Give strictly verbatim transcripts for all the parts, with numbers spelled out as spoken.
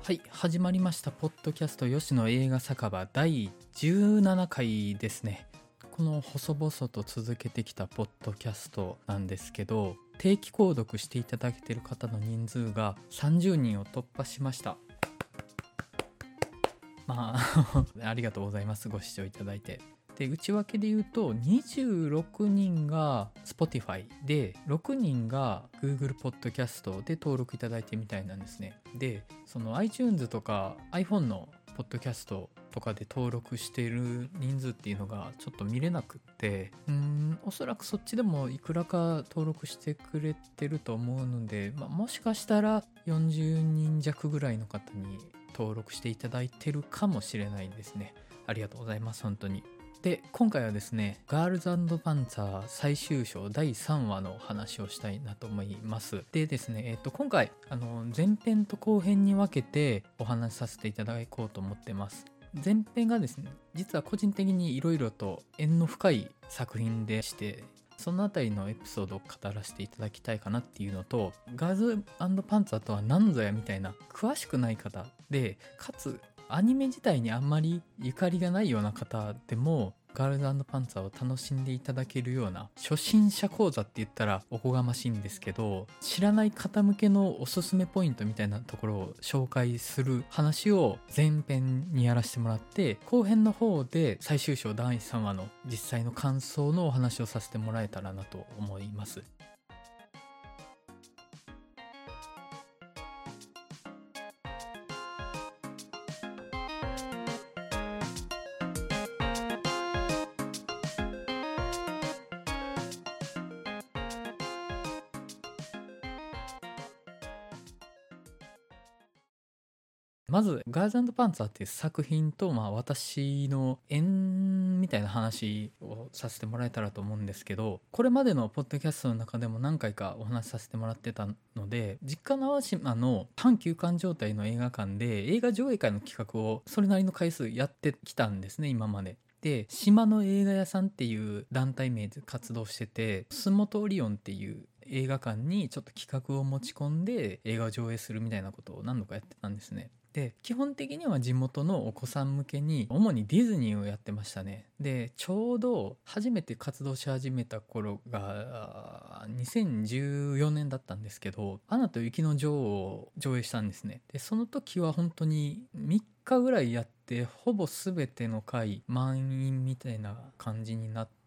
はい、始まりましたポッドキャスト吉野映画酒場だいじゅうななかいですね。この細々と続けてきたポッドキャストなんですけど、定期購読していただけている方の人数がさんじゅうにんを突破しました。まあありがとうございます。ご視聴いただいて。で、内訳で言うとにじゅうろくにんが Spotify でろくにんが Google Podcast で登録いただいてみたいなんですね。で、その iTunes とか iPhone のポッドキャストとかで登録している人数っていうのがちょっと見れなくって、うーんおそらくそっちでもいくらか登録してくれてると思うので、まあ、もしかしたらよんじゅうにん弱ぐらいの方に登録していただいてるかもしれないですね。ありがとうございます。本当に。で、今回はですね、ガールズ&パンツァー最終章だいさんわの話をしたいなと思います。でですね、えっと、今回、あの、前編と後編に分けてお話しさせていただこうと思ってます。前編がですね、実は個人的にいろいろと縁の深い作品でして、そのあたりのエピソードを語らせていただきたいかなっていうのと、ガールズ&パンツァーとは何ぞやみたいな詳しくない方で、かつアニメ自体にあんまりゆかりがないような方でもガールズ&パンツァーを楽しんでいただけるような初心者講座って言ったらおこがましいんですけど、知らない方向けのおすすめポイントみたいなところを紹介する話を前編にやらせてもらって、後編の方で最終章だいさんわの実際の感想のお話をさせてもらえたらなと思います。まずガールズ&パンツァーっていう作品と、まあ、私の縁みたいな話をさせてもらえたらと思うんですけど、これまでのポッドキャストの中でも何回かお話しさせてもらってたので、実家淡島の半休館状態の映画館で映画上映会の企画をそれなりの回数やってきたんですね、今まで。で、島の映画屋さんっていう団体名で活動してて、スモトオリオンっていう映画館にちょっと企画を持ち込んで映画を上映するみたいなことを何度かやってたんですね。で、基本的には地元のお子さん向けに主にディズニーをやってましたね。で、ちょうど初めて活動し始めた頃がにせんじゅうよねんだったんですけど、アナと雪の女王を上映したんですね。で、その時は本当にみっかぐらいやってほぼ全ての回満員みたいな感じになって、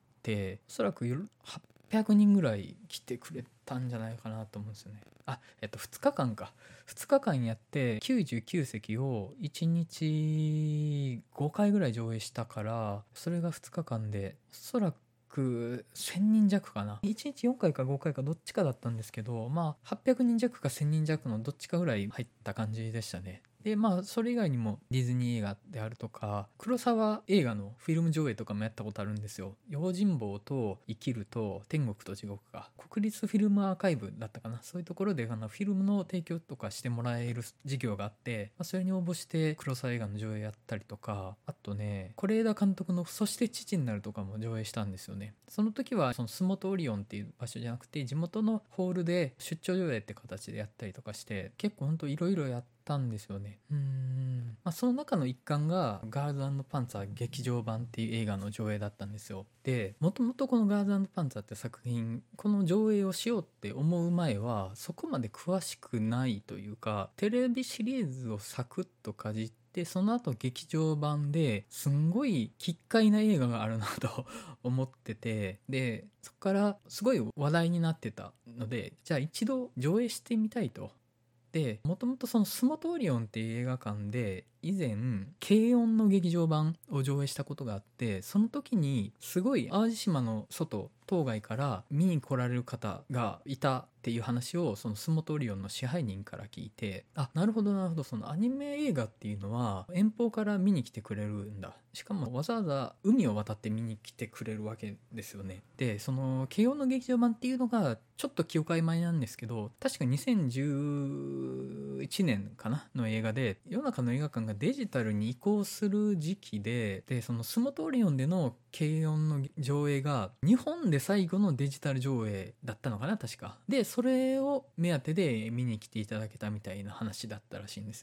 おそらくはっぴゃくにんぐらい来てくれたんじゃないかなと思うんですよね。あ、えっとふつかかんかふつかかんやってきゅうじゅうきゅうせきをいちにちごかいぐらい上映したから、それがふつかかんでおそらくせんにん弱かな。いちにちよんかいかごかいかどっちかだったんですけど、まあはっぴゃくにん弱かせんにん弱のどっちかぐらい入った感じでしたね。で、まあそれ以外にもディズニー映画であるとか黒沢映画のフィルム上映とかもやったことあるんですよ。用心棒と生きると天国と地獄か、国立フィルムアーカイブだったかな、そういうところであのフィルムの提供とかしてもらえる事業があって、まあ、それに応募して黒沢映画の上映やったりとか、あとね是枝監督のそして父になるとかも上映したんですよね。その時はそのスモトオリオンっていう場所じゃなくて地元のホールで出張上映って形でやったりとかして、結構ほんといろいろやったんですよね。うーん、まあ、その中の一環がガールズ&パンツァー劇場版っていう映画の上映だったんですよ。で、もともとこのガールズ&パンツァーって作品、この上映をしようって思う前はそこまで詳しくないというか、テレビシリーズをサクッとかじってでその後劇場版ですんごい奇怪な映画があるなと思ってて、でそこからすごい話題になってたので、じゃあ一度上映してみたいと。で、もともとそのスモトオリオンっていう映画館で以前軽音の劇場版を上映したことがあって、その時にすごい淡路島の外当該から見に来られる方がいたっていう話をそのスモトオリオンの支配人から聞いて、あ、なるほどなるほど、そのアニメ映画っていうのは遠方から見に来てくれるんだ、しかもわざわざ海を渡って見に来てくれるわけですよね。で、その軽音の劇場版っていうのがちょっと記憶曖昧なんですけど、確かにせんじゅういちねんかなの映画で、世の中の映画館がデジタルに移行する時期で、でそのスモトオリオンでの軽音の上映が日本で最後のデジタル上映だったのかな確かで、それを目当てで見に来ていただけたみたいな話だったらしいんですよね。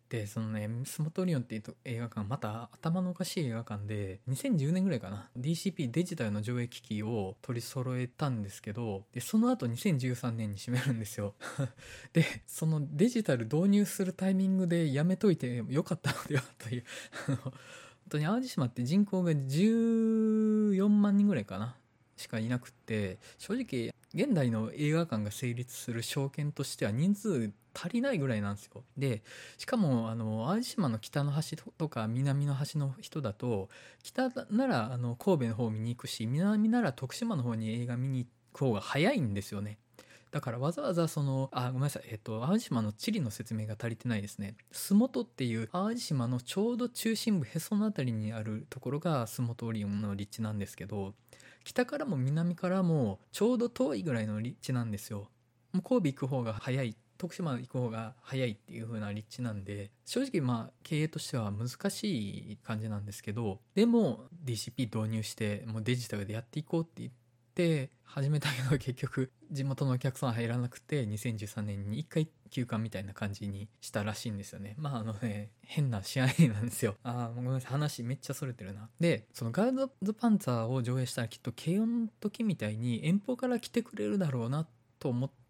でそのねスモトリオンっていう映画館また頭のおかしい映画館でにせんじゅうねんぐらいかな ディーシーピー デジタルの上映機器を取り揃えたんですけど、でその後にせんじゅうさんねんに閉めるんですよでそのデジタル導入するタイミングでやめといてよかったのではという本当に淡路島って人口がじゅうよんまんにんぐらいかなしかいなくって、正直現代の映画館が成立する証券としては人数足りないぐらいなんですよ。でしかもあの淡路島の北の端とか南の端の人だと、北ならあの神戸の方を見に行くし、南なら徳島の方に映画見に行く方が早いんですよね。だからわざわざそのあごめんなさいえっと淡路島の地理の説明が足りてないですね。洲本っていう淡路島のちょうど中心部へそのあたりにあるところが洲本オリオンの立地なんですけど、北からも南からもちょうど遠いぐらいの立地なんですよ。もう神戸行く方が早い、徳島行く方が早いっていう風な立地なんで、正直まあ経営としては難しい感じなんですけど、でも ディーシーピー 導入してもうデジタルでやっていこうって言って始めたけど、結局地元のお客さん入らなくてにせんじゅうさんねんにいっかい休館みたいな感じにしたらしいんですよね。まああのね変な試合なんですよ。ああごめんなさい話めっちゃそれてるな。でそのガード・ズ・パンツァーを上映したらきっと慶応の時みたいに遠方から来てくれるだろうなと思って、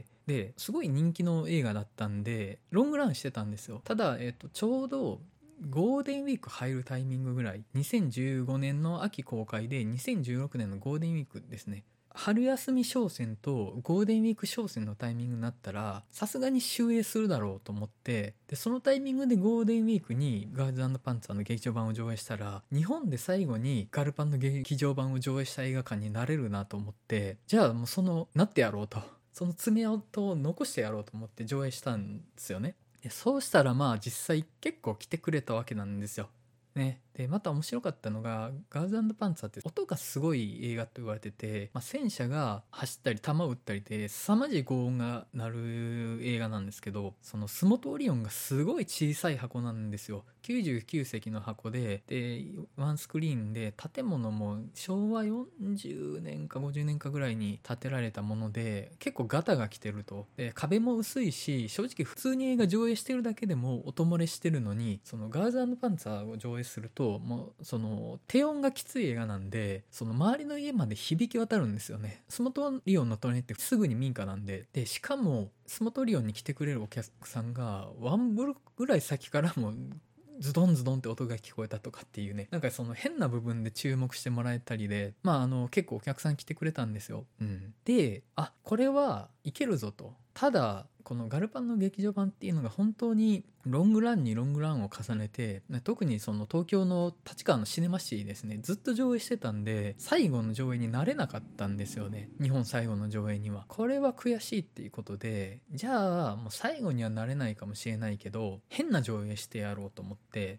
ですごい人気の映画だったんでロングランしてたんですよ。ただ、えっと、ちょうどゴールデンウィーク入るタイミングぐらい、にせんじゅうごねんの秋公開でにせんじゅうろくねんのゴールデンウィークですね、春休み商戦とゴールデンウィーク商戦のタイミングになったらさすがに終映するだろうと思って、でそのタイミングでゴールデンウィークにガールズ&パンツァーの劇場版を上映したら、日本で最後にガルパンの劇場版を上映した映画館になれるなと思って、じゃあもうそのなってやろうと、その爪痕を残してやろうと思って上映したんですよね。でそうしたらまあ実際結構来てくれたわけなんですよね。でまた面白かったのがガールズ&パンツァーって音がすごい映画と言われてて、まあ、戦車が走ったり弾を撃ったりで凄まじい轟音が鳴る映画なんですけど、その洲本オリオンがすごい小さい箱なんですよ。きゅうじゅうきゅうせきの箱で、でワンスクリーンで、建物もしょうわよんじゅうねんかごじゅうねんかぐらいに建てられたもので結構ガタが来てると。で壁も薄いし、正直普通に映画上映してるだけでも音漏れしてるのに、そのガールズ&パンツァーを上映するともうその低音がきつい映画なんで、その周りの家まで響き渡るんですよね。洲本リオンの隣ってすぐに民家なんで、でしかも洲本リオンに来てくれるお客さんがワンブロックぐらい先からもズドンズドンって音が聞こえたとかっていうね、なんかその変な部分で注目してもらえたりで、まああの結構お客さん来てくれたんですよ。うん、であこれはいけるぞと。ただこのガルパンの劇場版っていうのが本当にロングランにロングランを重ねて、特にその東京の立川のシネマシティですね、ずっと上映してたんで最後の上映になれなかったんですよね。日本最後の上映には。これは悔しいっていうことで、じゃあもう最後にはなれないかもしれないけど変な上映してやろうと思って、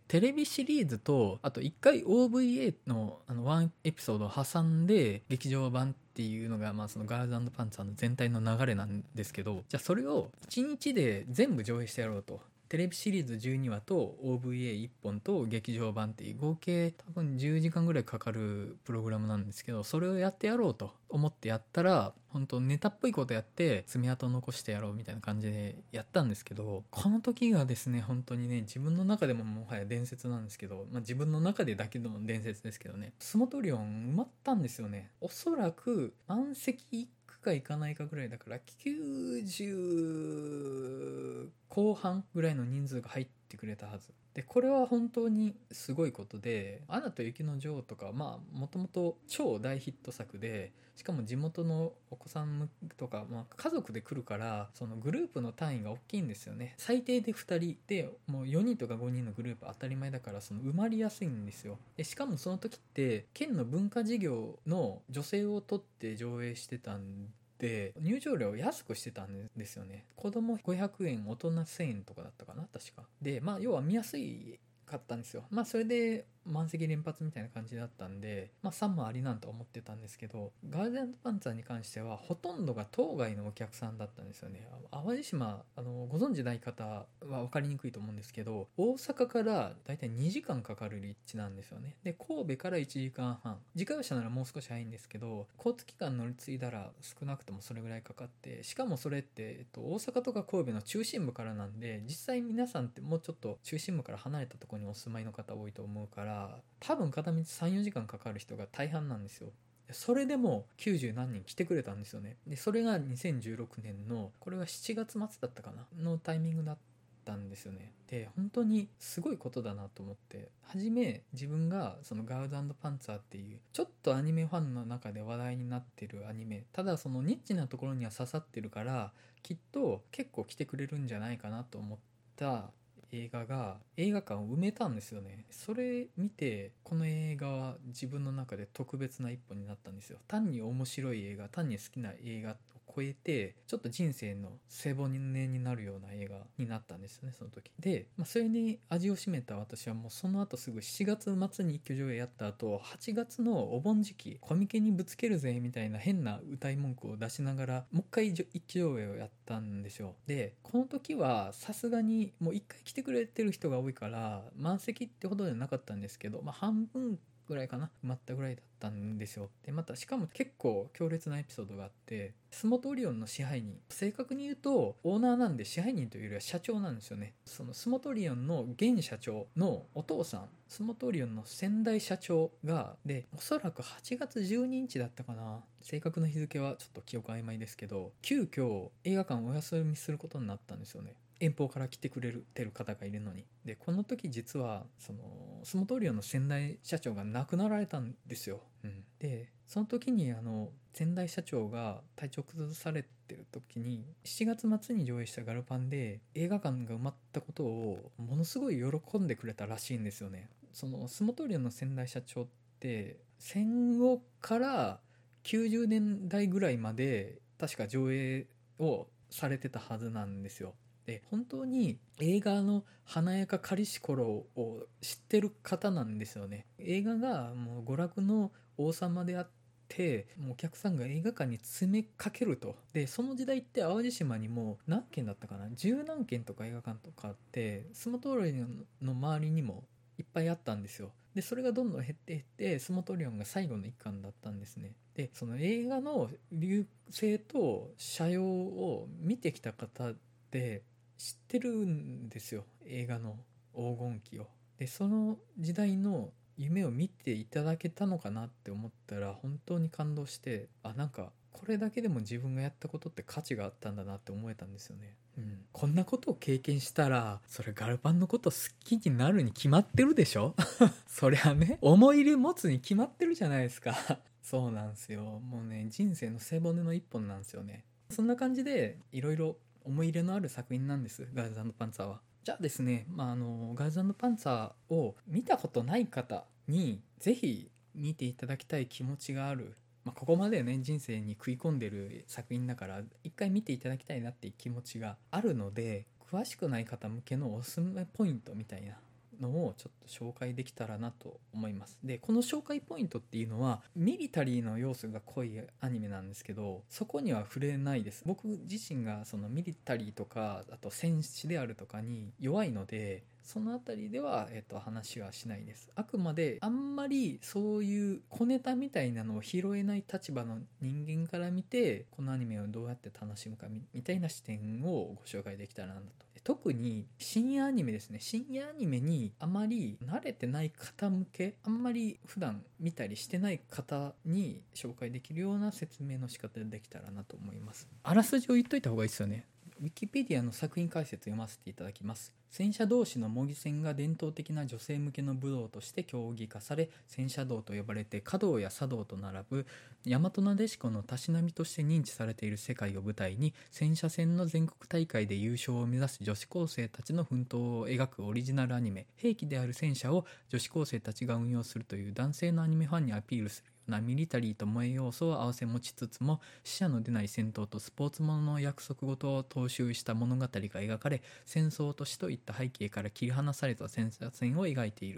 テレビシリーズとあといっかい オーブイエー のあのワンエピソードを挟んで劇場版っていうのが、まあそのガールズ&パンツァーの全体の流れなんですけど、じゃあそれをいちにちで全部上映してやろうと。テレビシリーズじゅうにわと オーブイエーいっ 本と劇場版っていう合計多分じゅうじかんぐらいかかるプログラムなんですけど、それをやってやろうと思ってやったら、本当ネタっぽいことやって爪痕を残してやろうみたいな感じでやったんですけど、この時がですね本当にね自分の中でももはや伝説なんですけど、まあ、自分の中でだけの伝説ですけどね、洲本リオン埋まったんですよね。おそらく満席いくかいかないかぐらいだからきゅうじゅうこう半ぐらいの人数が入ってくれたはずで、これは本当にすごいことで、アナと雪の女王とかまあもともと超大ヒット作で、しかも地元のお子さんとか、まあ、家族で来るからそのグループの単位が大きいんですよね。最低でふたりでもうよにんとかごにんのグループ当たり前だから、その埋まりやすいんですよ。でしかもその時って県の文化事業の女性を取って上映してたんで、入場料を安くしてたんですよね。子供ごひゃくえん、大人せんえんとかだったかな確かで、まあ要は見やすいかったんですよ。まあそれで満席連発みたいな感じだったんで、まあさんもありなんと思ってたんですけど、ガーデンパンツァーに関してはほとんどが島外のお客さんだったんですよね。淡路島、あのご存知ない方は分かりにくいと思うんですけど、大阪からだいたいにじかんかかる立地なんですよね。で神戸からいちじかんはん、自家用車ならもう少し早いんですけど、交通機関乗り継いだら少なくともそれぐらいかかって、しかもそれって、えっと、大阪とか神戸の中心部からなんで、実際皆さんってもうちょっと中心部から離れたところにお住まいの方多いと思うから、多分片道さんよじかんかかる人が大半なんですよ。それでもきゅうじゅう何人来てくれたんですよね。でそれがにせんじゅうろくねんの、これはしちがつ末だったかなのタイミングだったんですよね。で本当にすごいことだなと思って、初め自分がそのガールズパンツァーっていうちょっとアニメファンの中で話題になってるアニメ、ただそのニッチなところには刺さってるからきっと結構来てくれるんじゃないかなと思った映画が映画館を埋めたんですよね。それ見て、この映画は自分の中で特別な一歩になったんですよ。単に面白い映画、単に好きな映画を超えて、ちょっと人生の背骨になるような映画になったんですよね、その時で。まあ、それに味を占めた私はもうその後すぐしちがつ末に一挙上映やった後、はちがつのお盆時期、コミケにぶつけるぜみたいな変な歌い文句を出しながらもう一回一挙上映をやったんですよ。でこの時はさすがにもう一回来てくれてる人が多いから満席ってほどじゃなかったんですけど、まあ半分ぐらいかな、埋まったぐらいだったんですよ。でまたしかも結構強烈なエピソードがあって、スモトリオンの支配人、正確に言うとオーナーなんで支配人というよりは社長なんですよね。そのスモトリオンの現社長のお父さん、スモトリオンの先代社長が、でおそらくはちがつじゅうににちだったかな、正確な日付はちょっと記憶曖昧ですけど、急遽映画館をお休みすることになったんですよね。遠方から来てくれてる方がいるのに。でこの時実はそのスモトリオンの先代社長が亡くなられたんですよ、うん、でその時にあの先代社長が体調崩されてる時にしちがつ末に上映したガルパンで映画館が埋まったことをものすごい喜んでくれたらしいんですよね。そのスモトリオンの先代社長って戦後からきゅうじゅうねんだいぐらいまで確か上映をされてたはずなんですよ。で本当に映画の華やかかりし頃を知ってる方なんですよね。映画がもう娯楽の王様であって、もうお客さんが映画館に詰めかけると。でその時代って淡路島にも何軒だったかな、十何軒とか映画館とかあって、スモトリオンの周りにもいっぱいあったんですよ。でそれがどんどん減っていって、スモトリオンが最後の一巻だったんですね。でその映画の流星と斜陽を見てきた方で知ってるんですよ、映画の黄金期を。でその時代の夢を見ていただけたのかなって思ったら本当に感動して、あなんかこれだけでも自分がやったことって価値があったんだなって思えたんですよね、うん、こんなことを経験したらそれガルパンのこと好きになるに決まってるでしょそりゃね、思い入れ持つに決まってるじゃないですかそうなんですよ、もうね人生の背骨の一本なんですよね。そんな感じでいろいろ思い入れのある作品なんです、ガールズパンツァーは。じゃあですね、まあ、あのガールズパンツァーを見たことない方にぜひ見ていただきたい気持ちがある、まあ、ここまでね人生に食い込んでる作品だから一回見ていただきたいなっていう気持ちがあるので、詳しくない方向けのおすすめポイントみたいなのをちょっと紹介できたらなと思います。でこの紹介ポイントっていうのはミリタリーの要素が濃いアニメなんですけど、そこには触れないです。僕自身がそのミリタリーとかあと戦士であるとかに弱いので、そのあたりでは、えっと、話はしないです。あくまであんまりそういう小ネタみたいなのを拾えない立場の人間から見て、このアニメをどうやって楽しむかみたいな視点をご紹介できたらなと。特に深夜アニメですね、深夜アニメにあまり慣れてない方向け、あんまり普段見たりしてない方に紹介できるような説明の仕方でできたらなと思います。あらすじを言っといた方がいいですよね。ウィキペディアの作品解説読ませていただきます。戦車同士の模擬戦が伝統的な女性向けの武道として競技化され、戦車道と呼ばれて華道や茶道と並ぶ大和なでしこのたしなみとして認知されている世界を舞台に、戦車戦の全国大会で優勝を目指す女子高生たちの奮闘を描くオリジナルアニメ。兵器である戦車を女子高生たちが運用するという男性のアニメファンにアピールするなミリタリーと萌え要素を併せ持ちつつも、死者の出ない戦闘とスポーツものの約束事を踏襲した物語が描かれ、戦争と死といった背景から切り離された戦車戦を描いている。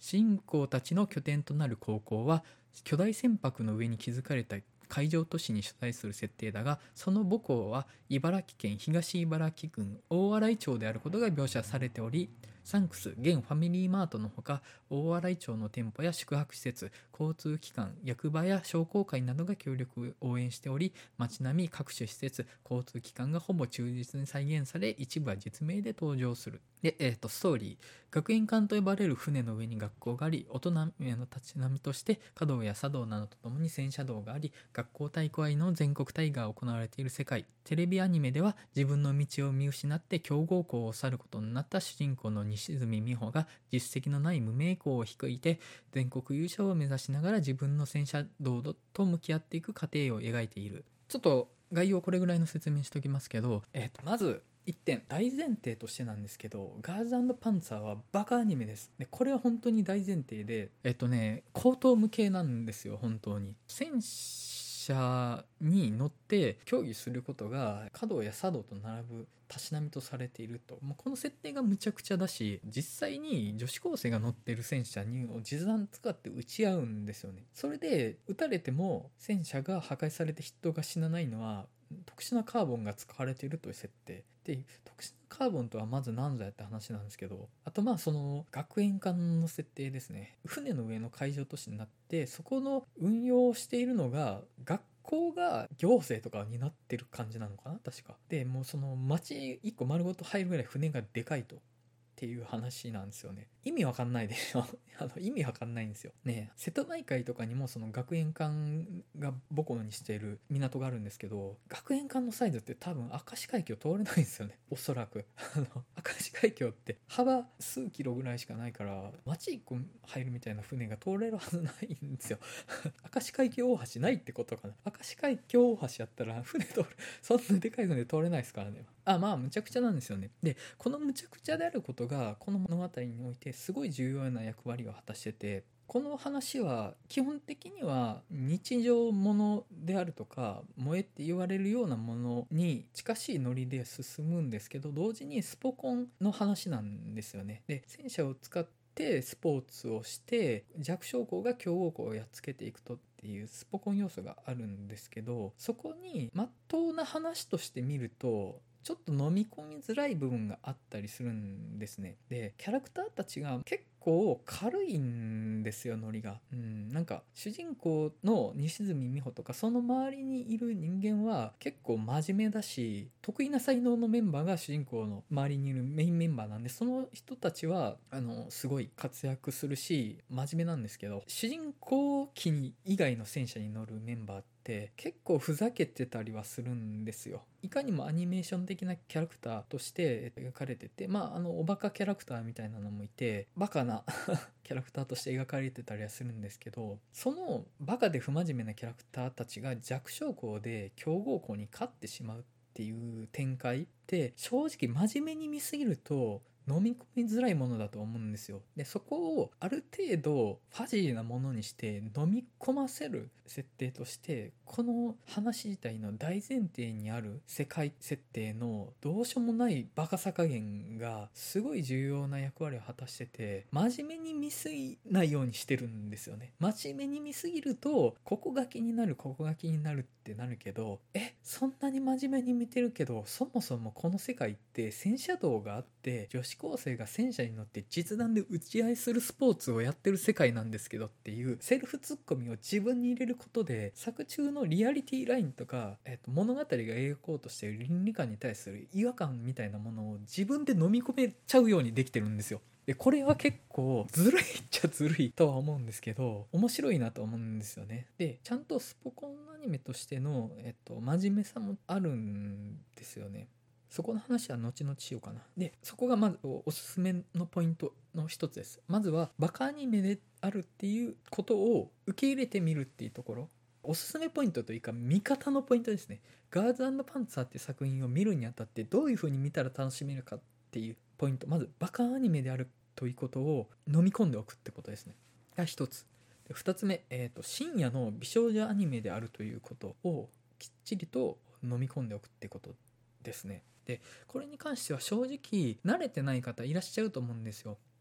主人公たちの拠点となる高校は巨大船舶の上に築かれた海上都市に所在する設定だが、その母校は茨城県東茨城郡大洗町であることが描写されており、サンクス現ファミリーマートのほか、大洗町の店舗や宿泊施設、交通機関、役場や商工会などが協力応援しており、街並み、各種施設、交通機関がほぼ忠実に再現され、一部は実名で登場する。で、えーと、ストーリー。学園館と呼ばれる船の上に学校があり、大人への立ち並みとして華道や茶道などとともに戦車道があり、学校体育愛の全国大会が行われている世界。テレビアニメでは自分の道を見失って強豪校を去ることになった主人公の西住美穂が実績のない無名校を率いて全国優勝を目指しながら自分の戦車道と向き合っていく過程を描いている。ちょっと概要これぐらいの説明しておきますけど、えーと、まず一点大前提としてなんですけど、ガーズ&パンツァーはバカアニメです。でこれは本当に大前提で、えっとね高等無形なんですよ。本当に戦車に乗って競技することが華道や茶道と並ぶたしなみとされていると。もうこの設定がむちゃくちゃだし、実際に女子高生が乗ってる戦車に実弾使って撃ち合うんですよね。それで撃たれても戦車が破壊されて人が死なないのは特殊なカーボンが使われているという設定で、特殊なカーボンとはまず何ぞやって話なんですけど、あとまあその学園館の設定ですね。船の上の海上都市になって、そこの運用をしているのが学校が行政とかになってる感じなのかな確か。でもうその町一個丸ごと入るぐらい船がでかいとっていう話なんですよね。意味わかんないでしょあの意味わかんないんですよね。瀬戸内海とかにもその学園館が母校にしている港があるんですけど、学園館のサイズって多分明石海峡通れないんですよね、おそらくあの明石海峡って幅数キロぐらいしかないから、町一個入るみたいな船が通れるはずないんですよ明石海峡大橋ないってことかな。明石海峡大橋やったら船通るそんなでかい船通れないですからね。あまあむちゃくちゃなんですよね。でこのむちゃくちゃであることがこの物語においてすごい重要な役割を果たしてて、この話は基本的には日常ものであるとか萌えって言われるようなものに近しいノリで進むんですけど、同時にスポコンの話なんですよね。で戦車を使ってスポーツをして弱小校が強豪校をやっつけていくとっていうスポコン要素があるんですけど、そこに真っ当な話として見るとちょっと飲み込みづらい部分があったりするんですね。でキャラクターたちが結構軽いんですよ、ノリが。うん、なんか主人公の西住美穂とかその周りにいる人間は結構真面目だし、得意な才能のメンバーが主人公の周りにいるメインメンバーなんで、その人たちはあのすごい活躍するし真面目なんですけど、主人公機に以外の戦車に乗るメンバーって結構ふざけてたりはするんですよ。いかにもアニメーション的なキャラクターとして描かれてて、まああのおバカキャラクターみたいなのもいて、バカなキャラクターとして描かれてたりはするんですけど、そのバカで不真面目なキャラクターたちが弱小校で強豪校に勝ってしまうっていう展開って正直真面目に見すぎると飲み込みづらいものだと思うんですよ。でそこをある程度ファジーなものにして飲み込ませる設定として、この話自体の大前提にある世界設定のどうしようもないバカさ加減がすごい重要な役割を果たしてて、真面目に見すぎないようにしてるんですよね。真面目に見すぎるとここが気になるここが気になるってなるけど、えそんなに真面目に見てるけど、そもそもこの世界って戦車道があって女子高生が戦車に乗って実弾で撃ち合いするスポーツをやってる世界なんですけどっていうセルフツッコミを自分に入れることで、作中のリアリティラインとか、えー、と物語が描こうとしている倫理観に対する違和感みたいなものを自分で飲み込めちゃうようにできてるんですよ。でこれは結構ずるいっちゃずるいとは思うんですけど、面白いなと思うんですよね。でちゃんとスポコンアニメとしての、えっと、真面目さもあるんですよね。そこの話は後々しようかな。でそこがまずおすすめのポイントの一つです。まずはバカアニメであるっていうことを受け入れてみるっていうところ、おすすめポイントというか見方のポイントですね。ガーズ&パンツァーっていう作品を見るにあたってどういう風に見たら楽しめるかっていうポイント、まずバカアニメであるということを飲み込んでおくってことですねが一つ。で二つ目、えーと、深夜の美少女アニメであるということをきっちりと飲み込んでおくってことですね。でこれに関しては正直慣れてない方いらっしゃると思うんですよ。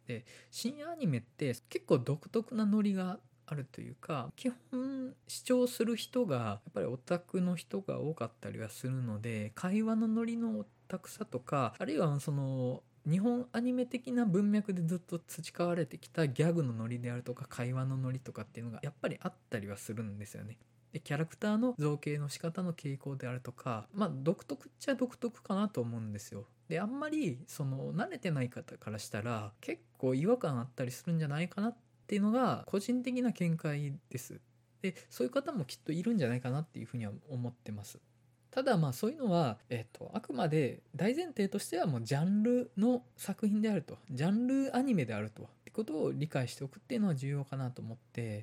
で深夜アニメって結構独特なノリがあるというか、基本視聴する人がやっぱりオタクの人が多かったりはするので、会話のノリのオタクさとか、あるいはその日本アニメ的な文脈でずっと培われてきたギャグのノリであるとか会話のノリとかっていうのがやっぱりあったりはするんですよね。でキャラクターの造形の仕方の傾向であるとか、まあ独特っちゃ独特かなと思うんですよ。であんまりその慣れてない方からしたら結構違和感あったりするんじゃないかなっていうのが個人的な見解です。でそういう方もきっといるんじゃないかなっていうふうには思ってます。ただまあそういうのは、えっと、あくまで大前提としてはもうジャンルの作品であると、ジャンルアニメであるとってことを理解しておくっていうのは重要かなと思って、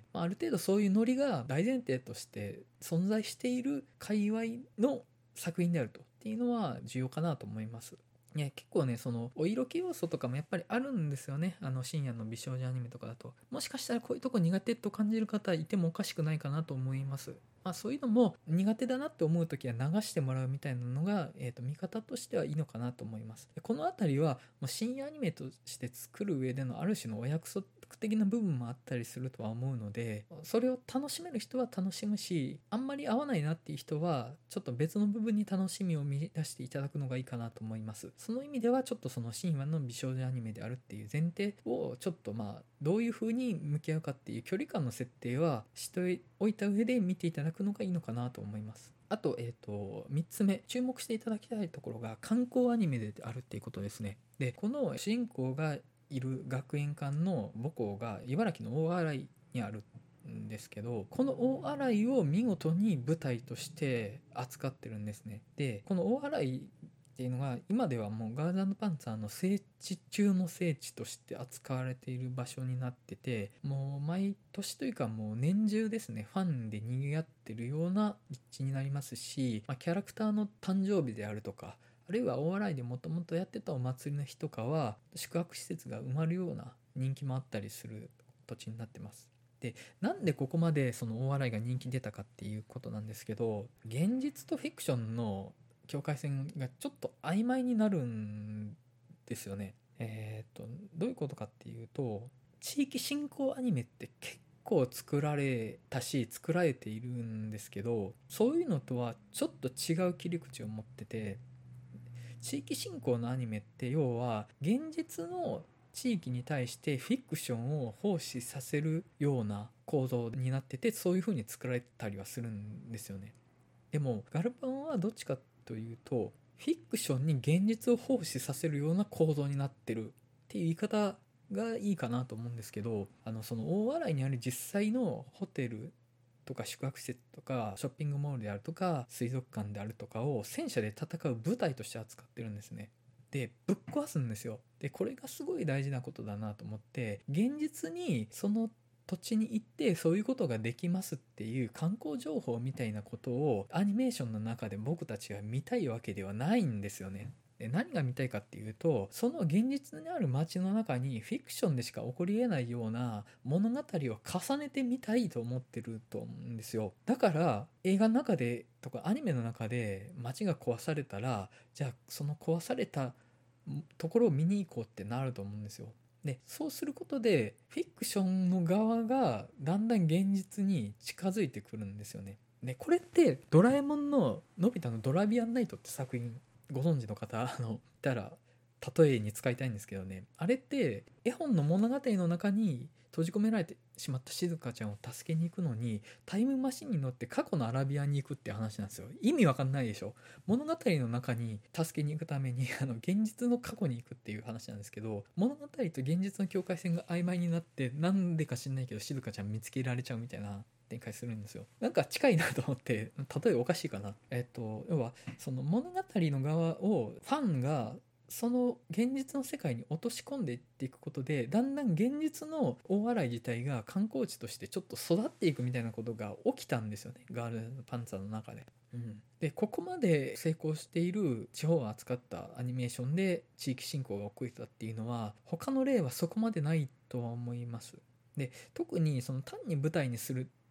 まあ、ある程度そういうノリが大前提として存在している界隈の作品であるとっていうのは重要かなと思います。ね、結構ねそのお色気要素とかもやっぱりあるんですよね。あの深夜の美少女アニメとかだともしかしたらこういうとこ苦手と感じる方いてもおかしくないかなと思います。まあ、そういうのも苦手だなって思う時は流してもらうみたいなのが、えー、と見方としてはいいのかなと思います。でこのあたりはもう深夜アニメとして作る上でのある種のお約束的な部分もあったりするとは思うので、それを楽しめる人は楽しむし、あんまり合わないなっていう人はちょっと別の部分に楽しみを見出していただくのがいいかなと思います。その意味ではちょっとその深夜の美少女アニメであるっていう前提をちょっとまあどういう風に向き合うかっていう距離感の設定はしておいた上で見ていただくのがいいのかなと思います。あと、えっと、みっつめ、注目していただきたいところが観光アニメであるっていうことですね。で、この主人公がいる学園館の母校が茨城の大洗にあるんですけど、この大洗を見事に舞台として扱ってるんですね。で、この大洗っていうのが今ではもうガール&パンツァーの聖地中の聖地として扱われている場所になってて、もう毎年というかもう年中ですね、ファンで賑わってるような立地になりますし、まあ、キャラクターの誕生日であるとか、あるいは大洗でもともとやってたお祭りの日とかは宿泊施設が埋まるような人気もあったりする土地になってます。でなんでここまでその大洗が人気出たかっていうことなんですけど、現実とフィクションの境界線がちょっと曖昧になるんですよね。えっとどういうことかっていうと、地域振興アニメって結構作られたし作られているんですけど、そういうのとはちょっと違う切り口を持ってて、地域振興のアニメって要は現実の地域に対してフィクションを奉仕させるような構造になってて、そういう風に作られたりはするんですよね。でもガルパンはどっちかというとフィクションに現実を奉仕させるような構造になってるっていう言い方がいいかなと思うんですけど、あのその大洗にある実際のホテルとか宿泊施設とかショッピングモールであるとか水族館であるとかを戦車で戦う舞台として扱ってるんですね。でぶっ壊すんですよ。でこれがすごい大事なことだなと思って、現実にその土地に行ってそういうことができますっていう観光情報みたいなことをアニメーションの中で僕たちが見たいわけではないんですよね。で何が見たいかっていうと、その現実にある街の中にフィクションでしか起こり得ないような物語を重ねてみたいと思ってると思うんですよ。だから映画の中でとかアニメの中で街が壊されたら、じゃあその壊されたところを見に行こうってなると思うんですよ。でそうすることでフィクションの側がだんだん現実に近づいてくるんですよね。でこれってドラえもんののび太のドラビアンナイトって作品ご存知の方あのいたら例えに使いたいんですけどね、あれって絵本の物語の中に閉じ込められてしまった静香ちゃんを助けに行くのにタイムマシンに乗って過去のアラビアに行くって話なんですよ。意味わかんないでしょ。物語の中に助けに行くためにあの現実の過去に行くっていう話なんですけど、物語と現実の境界線が曖昧になってなんでか知んないけど静香ちゃん見つけられちゃうみたいな展開するんですよ。なんか近いなと思って、例えばおかしいかな。えっと要はその物語の側をファンがその現実の世界に落とし込んでいっていくことで、だんだん現実の大洗自体が観光地としてちょっと育っていくみたいなことが起きたんですよね、ガールパンツァーの中で。うん、でここまで成功している地方を扱ったアニメーションで地域振興が起こったっていうのは他の例はそこまでないとは思います。で特にその単に舞台にする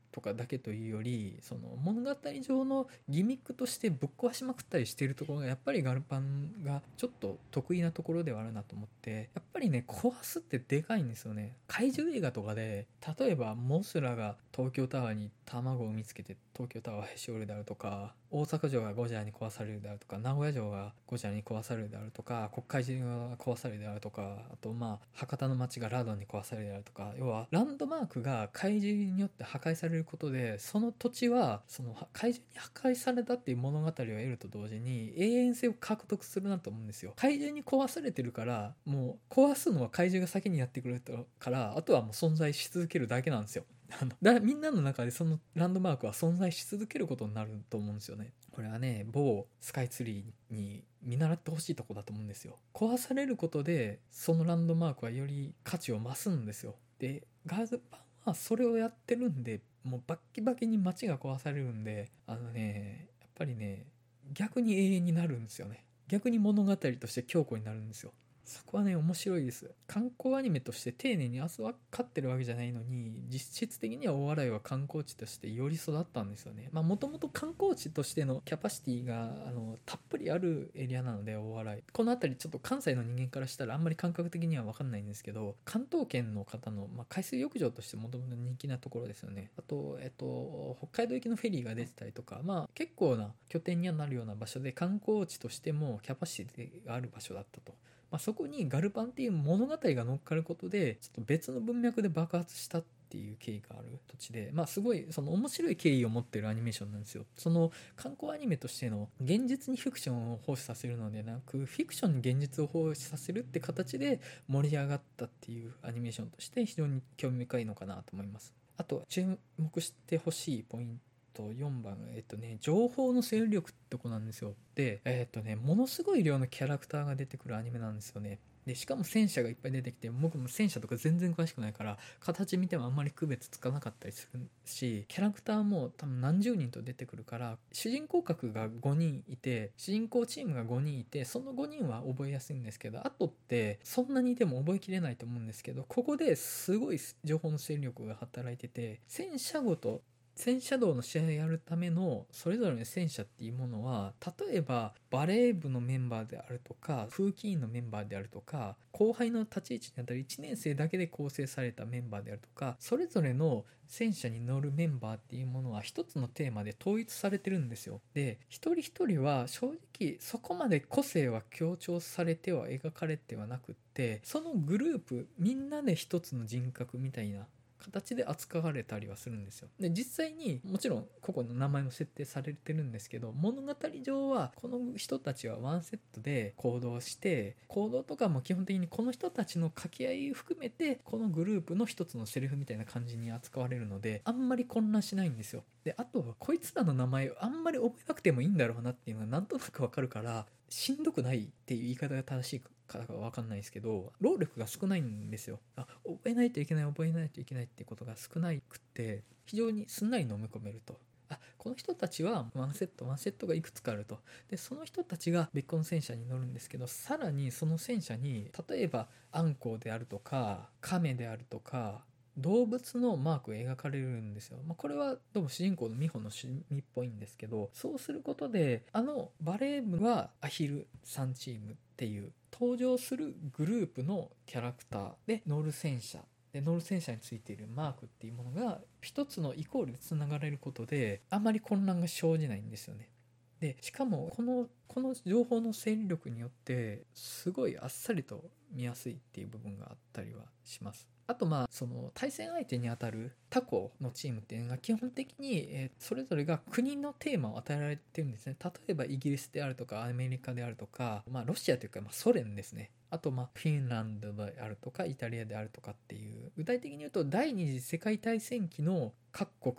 とかだけというより、その物語上のギミックとしてぶっ壊しまくったりしているところがやっぱりガルパンがちょっと得意なところではあるなと思って、やっぱりね壊すってでかいんですよね。怪獣映画とかで例えばモスラが東京タワーに卵を産みつけて東京タワーへし折るであるとか、大阪城がゴジラに壊されるであるとか、名古屋城がゴジラに壊されるであるとか、国会寺が壊されるであるとか、あとまあ博多の街がラドンに壊されるであるとか、要はランドマークが怪獣によって破壊されることで、その土地はその怪獣に破壊されたっていう物語を得ると同時に永遠性を獲得するなと思うんですよ。怪獣に壊されてるから、もう壊すのは怪獣が先にやってくれたから、あとはもう存在し続けるだけなんですよ。あのだみんなの中でそのランドマークは存在し続けることになると思うんですよね。これはね某スカイツリーに見習ってほしいとこだと思うんですよ。壊されることでそのランドマークはより価値を増すんですよ。でガーズパンはそれをやってるんで、もうバッキバキに街が壊されるんで、あのねやっぱりね逆に永遠になるんですよね。逆に物語として強固になるんですよ。そこはね面白いです。観光アニメとして丁寧に扱ってるわけじゃないのに、実質的には大笑いは観光地としてより育ったんですよね。まあもともと観光地としてのキャパシティがあのたっぷりあるエリアなので、大笑いこの辺りちょっと関西の人間からしたらあんまり感覚的には分かんないんですけど、関東圏の方の、まあ、海水浴場としてもともと人気なところですよね。あと、えっと、北海道行きのフェリーが出てたりとか、まあ結構な拠点にはなるような場所で、観光地としてもキャパシティがある場所だったと。まあ、そこにガルパンっていう物語が乗っかることでちょっと別の文脈で爆発したっていう経緯がある土地で、まあすごいその面白い経緯を持ってるアニメーションなんですよ。その観光アニメとしての現実にフィクションを放置させるのでなく、フィクションに現実を放置させるって形で盛り上がったっていうアニメーションとして非常に興味深いのかなと思います。あと注目してほしいポイントよんばん、えっとね、情報の勢力ってとこなんですよ。で、えっとね、ものすごい量のキャラクターが出てくるアニメなんですよね。で、しかも戦車がいっぱい出てきて、僕も戦車とか全然詳しくないから、形見てもあんまり区別つかなかったりするし、キャラクターも多分何十人と出てくるから、主人公格がごにんいて、主人公チームがごにんいて、そのごにんは覚えやすいんですけど、あとってそんなにでも覚えきれないと思うんですけど、ここですごい情報の勢力が働いてて、戦車ごと戦車道の試合をやるためのそれぞれの戦車っていうものは、例えばバレー部のメンバーであるとか、風紀委員のメンバーであるとか、後輩の立ち位置にあたりいちねん生だけで構成されたメンバーであるとか、それぞれの戦車に乗るメンバーっていうものは一つのテーマで統一されてるんですよ。で、一人一人は正直そこまで個性は強調されては描かれてはなくって、そのグループみんなで一つの人格みたいな形で扱われたりはするんですよ。で、実際にもちろん個々の名前も設定されてるんですけど、物語上はこの人たちはワンセットで行動して、行動とかも基本的にこの人たちの掛け合いを含めてこのグループの一つのセリフみたいな感じに扱われるので、あんまり混乱しないんですよ。で、あとはこいつらの名前をあんまり覚えなくてもいいんだろうなっていうのがなんとなくわかるから、しんどくないっていう言い方が正しいかわかんないですけど、労力が少ないんですよ。あ、覚えないといけない覚えないといけないってことが少なくて、非常にすんなり飲み込めると。あ、この人たちはワンセットワンセットがいくつかあると。で、その人たちが別個の戦車に乗るんですけど、さらにその戦車に例えばアンコウであるとかカメであるとか動物のマークが描かれるんですよ。まあ、これはどうも主人公の美穂の趣味っぽいんですけど、そうすることであのバレー部はアヒルさんチームっていう登場するグループのキャラクターで乗る戦車で乗る戦車についているマークっていうものが一つのイコールでつながれることで、あまり混乱が生じないんですよね。でしかもこのこの情報の整理力によってすごいあっさりと見やすいっていう部分があったりはします。あとまあその対戦相手にあたる他校のチームっていうのが基本的に、えー、それぞれが国のテーマを与えられてるんですね。例えばイギリスであるとかアメリカであるとか、まあロシアというかまあソ連ですね。あとまあフィンランドであるとかイタリアであるとかっていう、具体的に言うと第二次世界大戦期の各国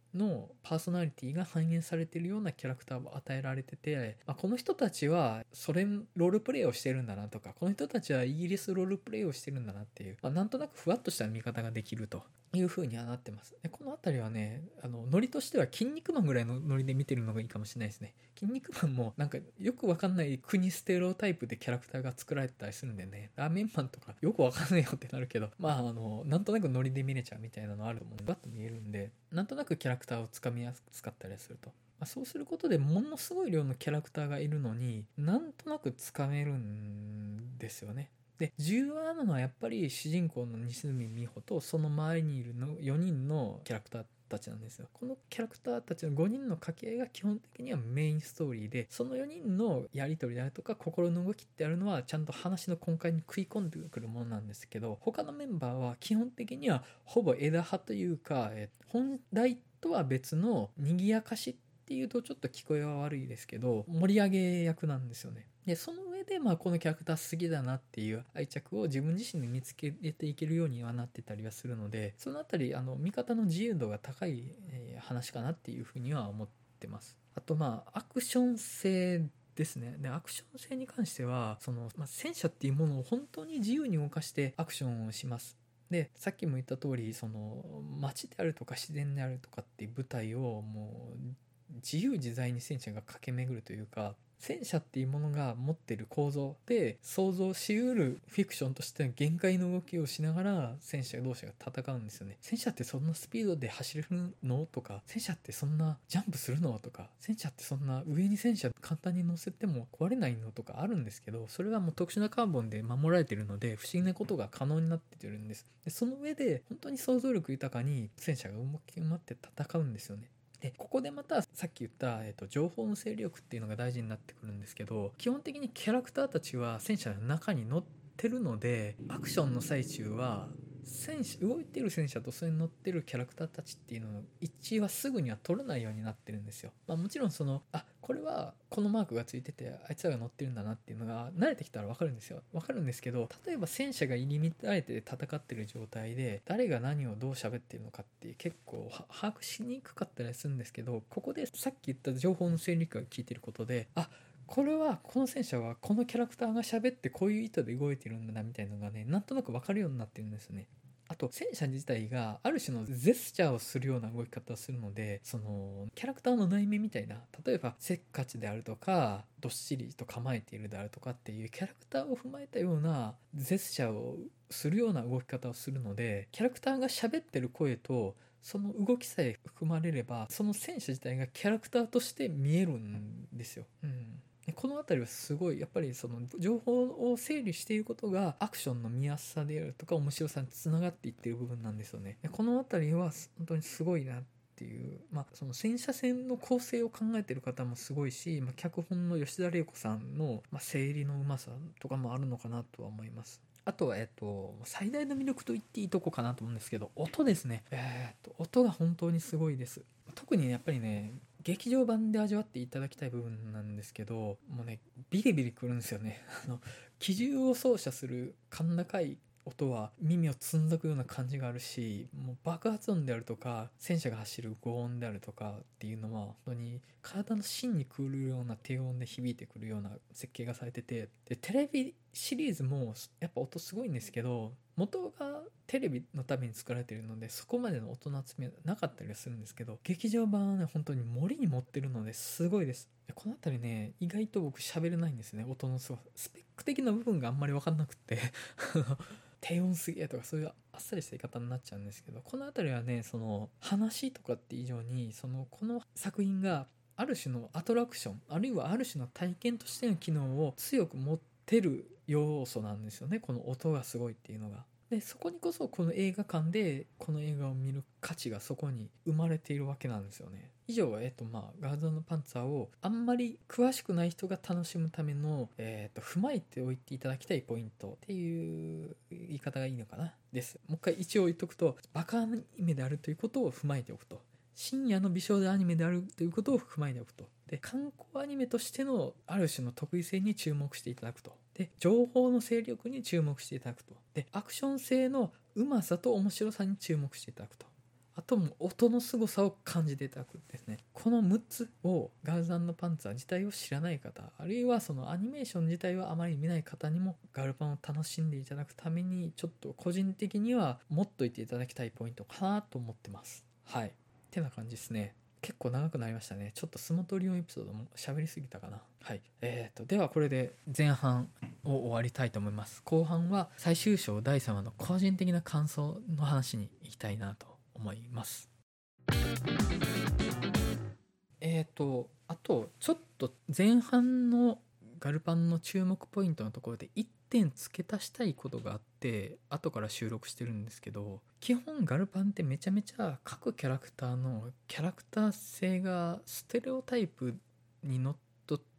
のパーソナリティが反映されているようなキャラクターを与えられてて、まあ、この人たちはソ連ロールプレイをしてるんだなとか、この人たちはイギリスロールプレイをしてるんだなっていう、まあ、なんとなくふわっとした見方ができるという風にはなってます。でこのあたりはね、あのノリとしては筋肉マンぐらいのノリで見てるのがいいかもしれないですね。筋肉マンもなんかよくわかんない国ステレオタイプでキャラクターが作られてたりするんでね、ラーメンマンとかよくわかんないよってなるけど、まああのなんとなくノリで見れちゃうみたいなのあると思うんで、バッと見えるんで、なんとなくキャラクターをつかみやすかったりすると、まあ、そうすることでものすごい量のキャラクターがいるのになんとなくつかめるんですよね。で重要なのはやっぱり主人公の西住美穂とその周りにいるのよにんのキャラクターたちなんですよ。このキャラクターたちのごにんの掛け合いが基本的にはメインストーリーで、そのよにんのやり取りであるとか心の動きってあるのはちゃんと話の根幹に食い込んでくるものなんですけど、他のメンバーは基本的にはほぼ枝葉というか、え本来とは別の賑やかしっていうとちょっと聞こえは悪いですけど盛り上げ役なんですよね。でその上でまあこのキャラクター好きだなっていう愛着を自分自身で見つけていけるようにはなってたりはするので、そのあたりあの見方の自由度が高い、えー話かなっていうふうには思ってます。あとまあアクション性ですね。でアクション性に関してはその、まあ、戦車っていうものを本当に自由に動かしてアクションをします。でさっきも言った通りその街であるとか自然であるとかっていう舞台をもう自由自在に戦車が駆け巡るというか、戦車っていうものが持っている構造で想像しうるフィクションとしての限界の動きをしながら戦車同士が戦うんですよね。戦車ってそんなスピードで走れるのとか、戦車ってそんなジャンプするのとか、戦車ってそんな上に戦車簡単に乗せても壊れないのとかあるんですけど、それはもう特殊なカーボンで守られているので不思議なことが可能になってるんです。でその上で本当に想像力豊かに戦車が動き回って戦うんですよね。でここでまたさっき言った、えーと、情報の勢力っていうのが大事になってくるんですけど、基本的にキャラクターたちは戦車の中に乗ってるので、アクションの最中は戦車動いてる戦車とそれに乗ってるキャラクターたちっていうのの一致はすぐには取れないようになってるんですよ。まあ、もちろんそのあこれはこのマークがついててあいつらが乗ってるんだなっていうのが慣れてきたら分かるんですよ。分かるんですけど、例えば戦車が入り乱れて戦ってる状態で誰が何をどう喋ってるのかって結構把握しにくかったりするんですけど、ここでさっき言った情報の戦力が聞いてることで、あこれはこの戦車はこのキャラクターが喋ってこういう意図で動いてるんだなみたいなのがね、なんとなく分かるようになってるんですね。あと戦車自体がある種のジェスチャーをするような動き方をするので、そのキャラクターの内面みたいな、例えばせっかちであるとかどっしりと構えているであるとかっていうキャラクターを踏まえたようなジェスチャーをするような動き方をするので、キャラクターが喋ってる声とその動きさえ含まれればその戦車自体がキャラクターとして見えるんですよ。うんこの辺りはすごいやっぱりその情報を整理していることがアクションの見やすさであるとか面白さにつながっていっている部分なんですよね。この辺りは本当にすごいなっていう、まあ、その戦車戦の構成を考えている方もすごいし、まあ、脚本の吉田玲子さんの、まあ、整理のうまさとかもあるのかなとは思います。あとは、えっと、最大の魅力と言っていいとこかなと思うんですけど、音ですね。えー、っと、音が本当にすごいです。特にやっぱりね、劇場版で味わっていただきたい部分なんですけど、もうね、ビリビリくるんですよね。あの、機銃を操作する甲高い音は耳をつんざくような感じがあるし、もう爆発音であるとか戦車が走る轟音であるとかっていうのは本当に体の芯にくるような低音で響いてくるような設計がされてて、でテレビシリーズもやっぱ音すごいんですけど、元がテレビのために作られているのでそこまでの音の集めなかったりはするんですけど、劇場版はね本当に森に持ってるのですごいです。このあたりね意外と僕喋れないんですね。音のすごいスペック的な部分があんまり分かんなくって低音すげえとかそういうあっさりした言い方になっちゃうんですけど、このあたりはねその話とかって以上にそのこの作品がある種のアトラクションあるいはある種の体験としての機能を強く持ってる要素なんですよね、この音がすごいっていうのが。でそこにこそこの映画館でこの映画を見る価値がそこに生まれているわけなんですよね。以上は、えっとまあ、ガールズ&パンツァーをあんまり詳しくない人が楽しむための、えっと踏まえておいていただきたいポイントっていう言い方がいいのかなです。もう一回一応言っとくと、バカアニメであるということを踏まえておくと、深夜の美少女アニメであるということを踏まえておくと、で観光アニメとしてのある種の得意性に注目していただくと、で情報の勢力に注目していただくと、でアクション性のうまさと面白さに注目していただくと、 あともう音の凄さを感じていただくんですね。このむっつをガールズ&パンツァー自体を知らない方、あるいはそのアニメーション自体はあまり見ない方にもガルパンを楽しんでいただくために、ちょっと個人的には持っといていただきたいポイントかなと思ってます。はい。ってな感じですね。結構長くなりましたね。ちょっとスモトリオンエピソードも喋りすぎたかな。はい。えーと、ではこれで前半を終わりたいと思います。後半は最終章だいさんわの個人的な感想の話に行きたいなと思います。えーと、あと、ちょっと前半のガルパンの注目ポイントのところでいってん付け足したいことがあって、後から収録してるんですけど、基本ガルパンってめちゃめちゃ各キャラクターのキャラクター性がステレオタイプにのっとって、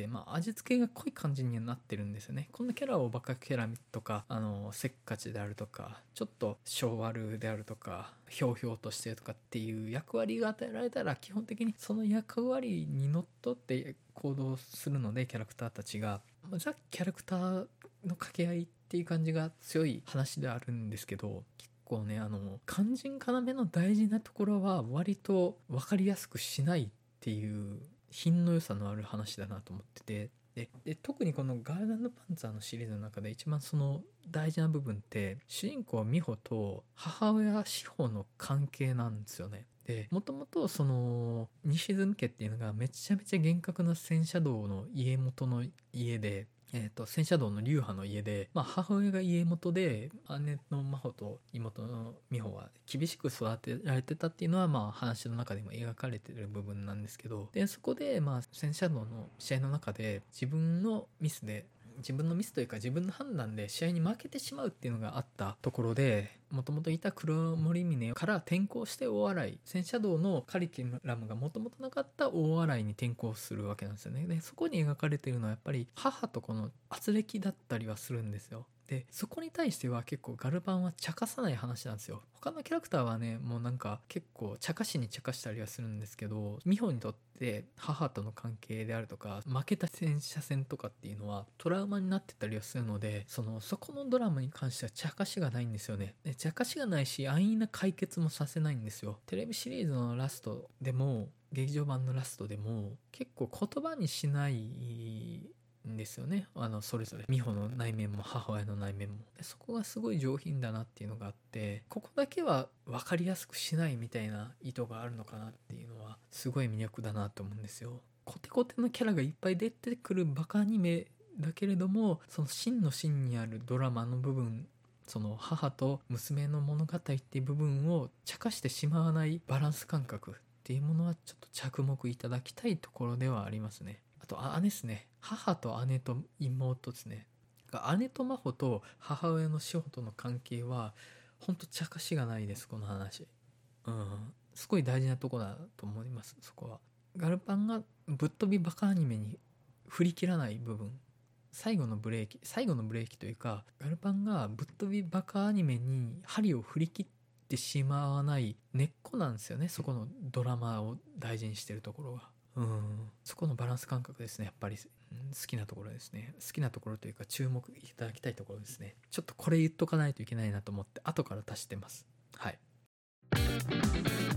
まあ、味付けが濃い感じにはなってるんですよね。こんなキャラをバカキャラとか、あのせっかちであるとか、ちょっと性悪であるとか、ひょうひょうとしてるとかっていう役割が与えられたら、基本的にその役割にのっとって行動するので、キャラクターたちがザ・キャラクターの掛け合いっていう感じが強い話であるんですけど、結構ね、あの肝心要の大事なところは割と分かりやすくしないっていう品の良さのある話だなと思ってて、でで特にこのガールズ&パンツァーのシリーズの中で一番その大事な部分って、主人公美穂と母親志保の関係なんですよね。でもともとその西住家っていうのがめちゃめちゃ厳格な戦車道の家元の家で、えー、と戦車道の流派の家で、まあ、母親が家元で姉の真帆と妹の美穂は厳しく育てられてたっていうのは、まあ、話の中でも描かれてる部分なんですけど、でそこで、まあ、戦車道の試合の中で自分のミスで自分のミスというか自分の判断で試合に負けてしまうっていうのがあったところで、もともといた黒森峰から転校して大洗、戦車道のカリキュラムがもともとなかった大洗に転校するわけなんですよね。でそこに描かれているのはやっぱり母とこの圧力だったりはするんですよ。でそこに対しては結構ガルパンは茶化さない話なんですよ。他のキャラクターはね、もうなんか結構茶化しに茶化したりはするんですけど、美穂にとって母との関係であるとか、負けた戦車戦とかっていうのはトラウマになってたりはするので、そのそこのドラマに関しては茶化しがないんですよね。で茶化しがないし、安易な解決もさせないんですよ。テレビシリーズのラストでも劇場版のラストでも結構言葉にしないんですよね。あのそれぞれ美穂の内面も母親の内面も。でそこがすごい上品だなっていうのがあって、ここだけは分かりやすくしないみたいな意図があるのかなっていうのはすごい魅力だなと思うんですよ。コテコテのキャラがいっぱい出てくるバカアニメだけれども、その真の真にあるドラマの部分、その母と娘の物語っていう部分を茶化してしまわないバランス感覚っていうものはちょっと着目いただきたいところではありますね。あと姉ですね。母と姉と妹ですね。姉と真帆と母親の志保との関係はほんと茶化しがないです、この話。うんすごい大事なとこだと思います。そこはガルパンがぶっ飛びバカアニメに振り切らない部分、最後のブレーキ最後のブレーキというか、ガルパンがぶっ飛びバカアニメに針を振り切ってしまわない根っこなんですよね。そこのドラマを大事にしてるところが、うんそこのバランス感覚ですね。やっぱり、うん、好きなところですね。好きなところというか注目いただきたいところですね。ちょっとこれ言っとかないといけないなと思って後から足してます。はい。